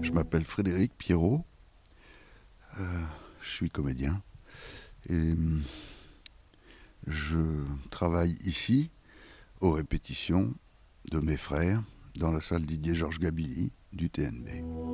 Je m'appelle Frédéric Pierrot, je suis comédien et je travaille ici aux répétitions de mes frères dans la salle Didier-Georges Gabilly du TNB.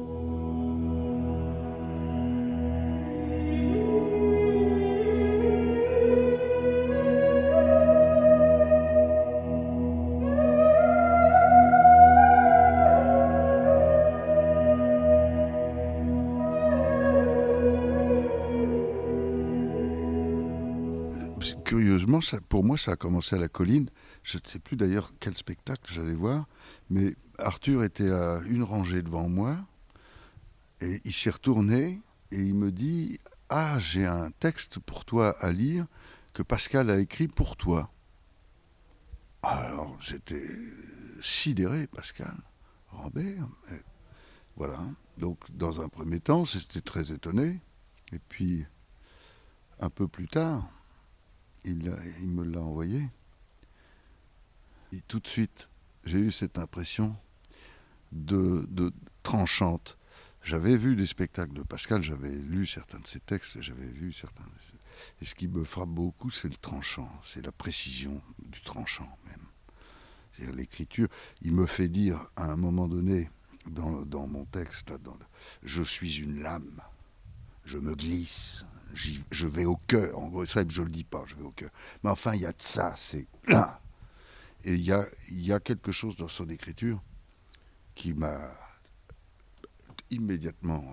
Curieusement, pour moi, ça a commencé à la Colline. Je ne sais plus d'ailleurs quel spectacle j'allais voir, mais Arthur était à une rangée devant moi, et il s'est retourné, et il me dit « Ah, j'ai un texte pour toi à lire que Pascal a écrit pour toi. » Alors, j'étais sidéré, Pascal Rambert. Et voilà. Donc, dans un premier temps, j'étais très étonné. Et puis, un peu plus tard, il me l'a envoyé. Et tout de suite, j'ai eu cette impression de tranchante. J'avais vu des spectacles de Pascal, j'avais lu certains de ses textes, j'avais vu certains. Et ce qui me frappe beaucoup, c'est le tranchant, c'est la précision du tranchant même. C'est-à-dire l'écriture. Il me fait dire à un moment donné, dans mon texte, là, je suis une lame, je me glisse. Je vais au cœur, en gros, ça je ne le dis pas, je vais au cœur. Mais enfin, il y a de ça, c'est là. Et il y a quelque chose dans son écriture qui m'a immédiatement...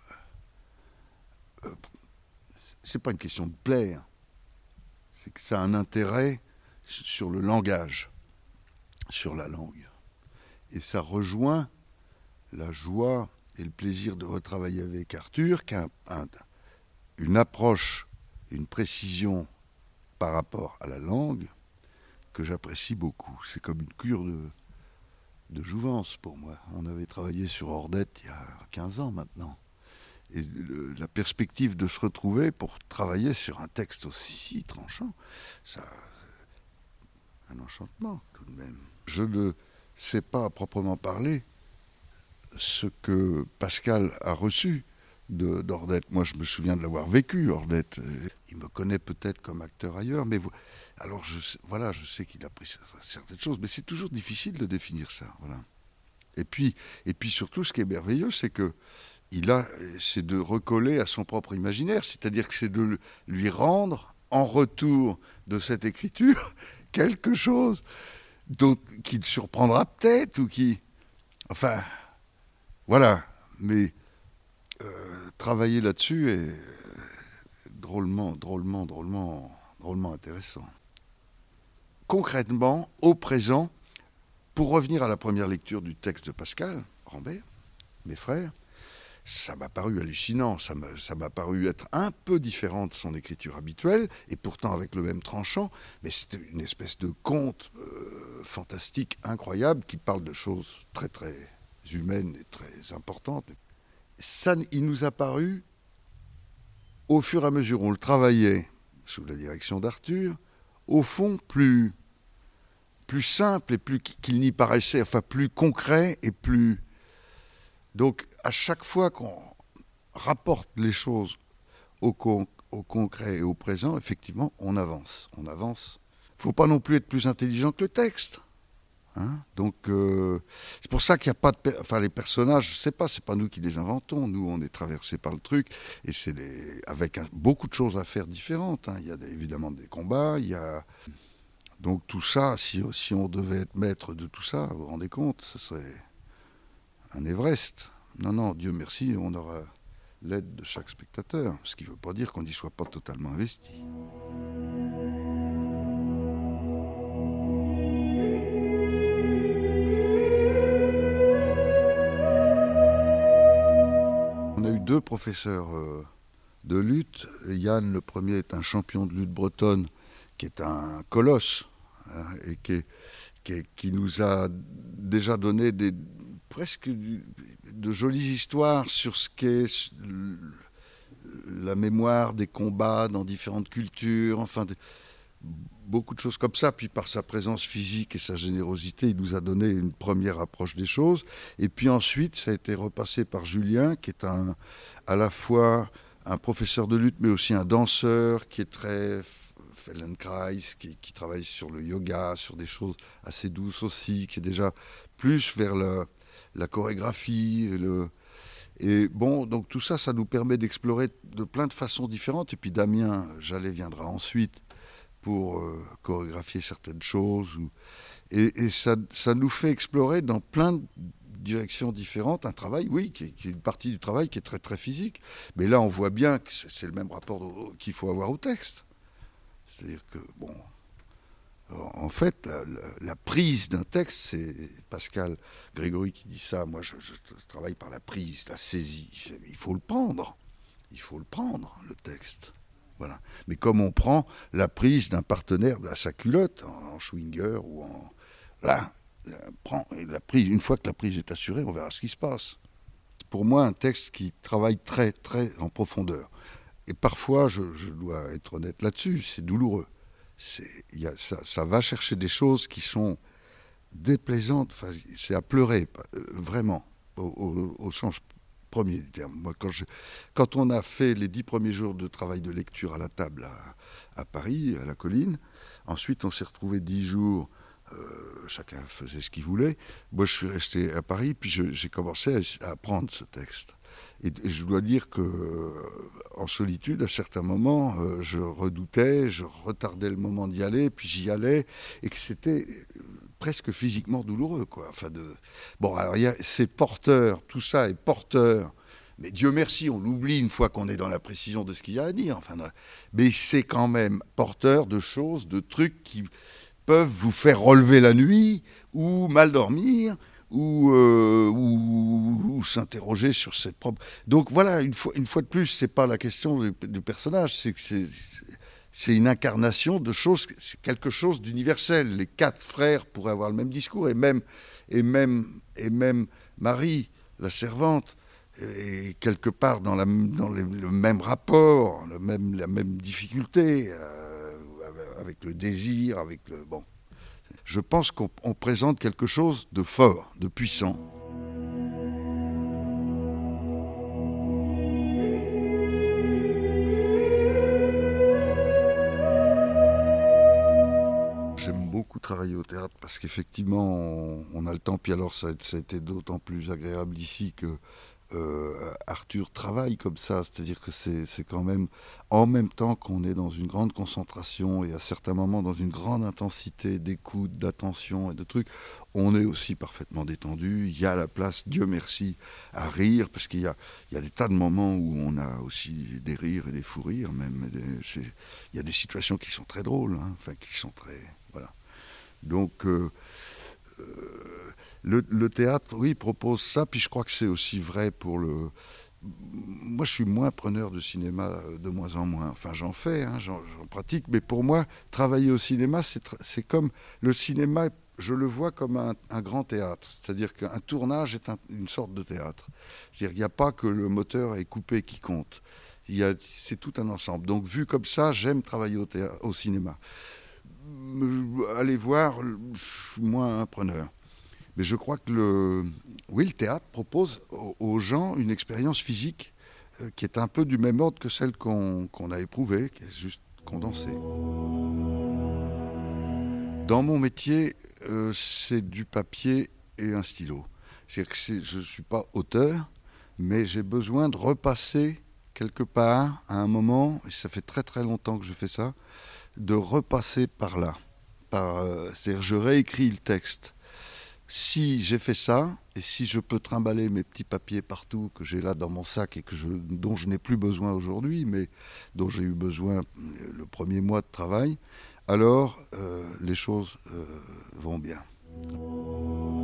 c'est pas une question de plaire, c'est que ça a un intérêt sur le langage, sur la langue. Et ça rejoint la joie et le plaisir de retravailler avec Arthur, qui a une approche, une précision par rapport à la langue que j'apprécie beaucoup. C'est comme une cure de jouvence pour moi. On avait travaillé sur Ordette il y a 15 ans maintenant. Et la perspective de se retrouver pour travailler sur un texte aussi tranchant, ça, c'est un enchantement tout de même. Je ne sais pas à proprement parler ce que Pascal a reçu d'Ordette. Moi, je me souviens de l'avoir vécu, Ordette. Il me connaît peut-être comme acteur ailleurs, mais alors je sais qu'il a pris certaines choses, mais c'est toujours difficile de définir ça. Voilà. Et puis surtout, ce qui est merveilleux, c'est que c'est de recoller à son propre imaginaire, c'est-à-dire que c'est de lui rendre, en retour de cette écriture, quelque chose qui le surprendra peut-être, ou qui... Enfin, voilà. Mais travailler là-dessus est drôlement intéressant. Concrètement, au présent, pour revenir à la première lecture du texte de Pascal Rambert, mes frères, ça m'a paru hallucinant, ça m'a paru être un peu différent de son écriture habituelle, et pourtant avec le même tranchant, mais c'était une espèce de conte fantastique, incroyable, qui parle de choses très très humaines et très importantes. Ça, il nous a paru, au fur et à mesure où on le travaillait, sous la direction d'Arthur, au fond plus simple et plus qu'il n'y paraissait, enfin plus concret et plus... Donc à chaque fois qu'on rapporte les choses au concret et au présent, effectivement, on avance. Il ne faut pas non plus être plus intelligent que le texte. Hein, donc c'est pour ça qu'il n'y a pas de... les personnages, je ne sais pas, c'est pas nous qui les inventons. Nous, on est traversés par le truc, et c'est avec beaucoup de choses à faire différentes. Hein. Il y a évidemment des combats, il y a... Donc tout ça, si on devait être maître de tout ça, vous vous rendez compte, ce serait un Everest. Non, Dieu merci, on aura l'aide de chaque spectateur, ce qui ne veut pas dire qu'on n'y soit pas totalement investi. On a eu 2 professeurs de lutte. Yann, le premier, est un champion de lutte bretonne, qui est un colosse, hein, et qui nous a déjà donné presque de jolies histoires sur ce qu'est la mémoire des combats dans différentes cultures. Enfin, beaucoup de choses comme ça. Puis par sa présence physique et sa générosité, il nous a donné une première approche des choses. Et puis ensuite, ça a été repassé par Julien, qui est à la fois un professeur de lutte, mais aussi un danseur, qui est très Feldenkrais, qui travaille sur le yoga, sur des choses assez douces aussi, qui est déjà plus vers la chorégraphie. Et bon, donc tout ça, ça nous permet d'explorer de plein de façons différentes. Et puis Damien Jallet viendra ensuite pour chorégraphier certaines choses. Et ça nous fait explorer dans plein de directions différentes un travail, oui, qui est une partie du travail qui est très très physique. Mais là, on voit bien que c'est le même rapport qu'il faut avoir au texte. C'est-à-dire que, bon, en fait, la prise d'un texte, c'est Pascal Grégory qui dit ça. Moi, je travaille par la prise, la saisie. Il faut le prendre. Il faut le prendre, le texte. Voilà. Mais comme on prend la prise d'un partenaire à sa culotte, en chewing-gum ou en... Là, la prise, une fois que la prise est assurée, on verra ce qui se passe. Pour moi, un texte qui travaille très, très en profondeur. Et parfois, je dois être honnête là-dessus, c'est douloureux. Ça va chercher des choses qui sont déplaisantes. Enfin, c'est à pleurer, vraiment, au sens premier du terme. Moi, quand on a fait les 10 premiers jours de travail de lecture à la table à Paris, à la Colline, ensuite on s'est retrouvé 10 jours, chacun faisait ce qu'il voulait. Moi, je suis resté à Paris, puis j'ai commencé à apprendre ce texte. Et je dois dire que, en solitude, à certains moments, je redoutais, je retardais le moment d'y aller, puis j'y allais, et que c'était presque physiquement douloureux, quoi. Enfin bon, alors c'est porteur, tout ça est porteur, mais Dieu merci, on l'oublie une fois qu'on est dans la précision de ce qu'il y a à dire. Enfin, mais c'est quand même porteur de choses, de trucs qui peuvent vous faire relever la nuit, ou mal dormir, ou s'interroger sur cette propre... Donc voilà, une fois de plus, c'est pas la question du personnage, c'est une incarnation de choses, c'est quelque chose d'universel. Les 4 frères pourraient avoir le même discours, et même Marie, la servante, est quelque part dans le même rapport, la même difficulté, avec le désir, avec le... Bon. Je pense qu'on présente quelque chose de fort, de puissant. J'aime beaucoup travailler au théâtre parce qu'effectivement, on a le temps. Puis alors, ça a été d'autant plus agréable ici que Arthur travaille comme ça. C'est-à-dire que c'est quand même, en même temps qu'on est dans une grande concentration et à certains moments dans une grande intensité d'écoute, d'attention et de trucs, on est aussi parfaitement détendu. Il y a la place, Dieu merci, à rire, parce qu'il y a des tas de moments où on a aussi des rires et des fous rires même. Il y a des situations qui sont très drôles, hein, enfin qui sont très... Voilà. Donc... le théâtre, oui, propose ça, puis je crois que c'est aussi vrai pour le... Moi, je suis moins preneur de cinéma de moins en moins. Enfin, j'en fais, hein, j'en pratique, mais pour moi, travailler au cinéma, c'est comme... Le cinéma, je le vois comme un grand théâtre, c'est-à-dire qu'un tournage est une sorte de théâtre. C'est-à-dire qu'il n'y a pas que le moteur est coupé qui compte. C'est tout un ensemble. Donc, vu comme ça, j'aime travailler au cinéma. Aller voir, je suis moins un preneur. Mais je crois que le théâtre propose aux gens une expérience physique qui est un peu du même ordre que celle qu'on a éprouvée, qui est juste condensée. Dans mon métier, c'est du papier et un stylo. C'est-à-dire que je ne suis pas auteur, mais j'ai besoin de repasser quelque part, à un moment, et ça fait très très longtemps que je fais ça, de repasser par là. C'est-à-dire je réécris le texte. Si j'ai fait ça, et si je peux trimballer mes petits papiers partout que j'ai là dans mon sac et dont je n'ai plus besoin aujourd'hui, mais dont j'ai eu besoin le premier mois de travail, alors les choses vont bien.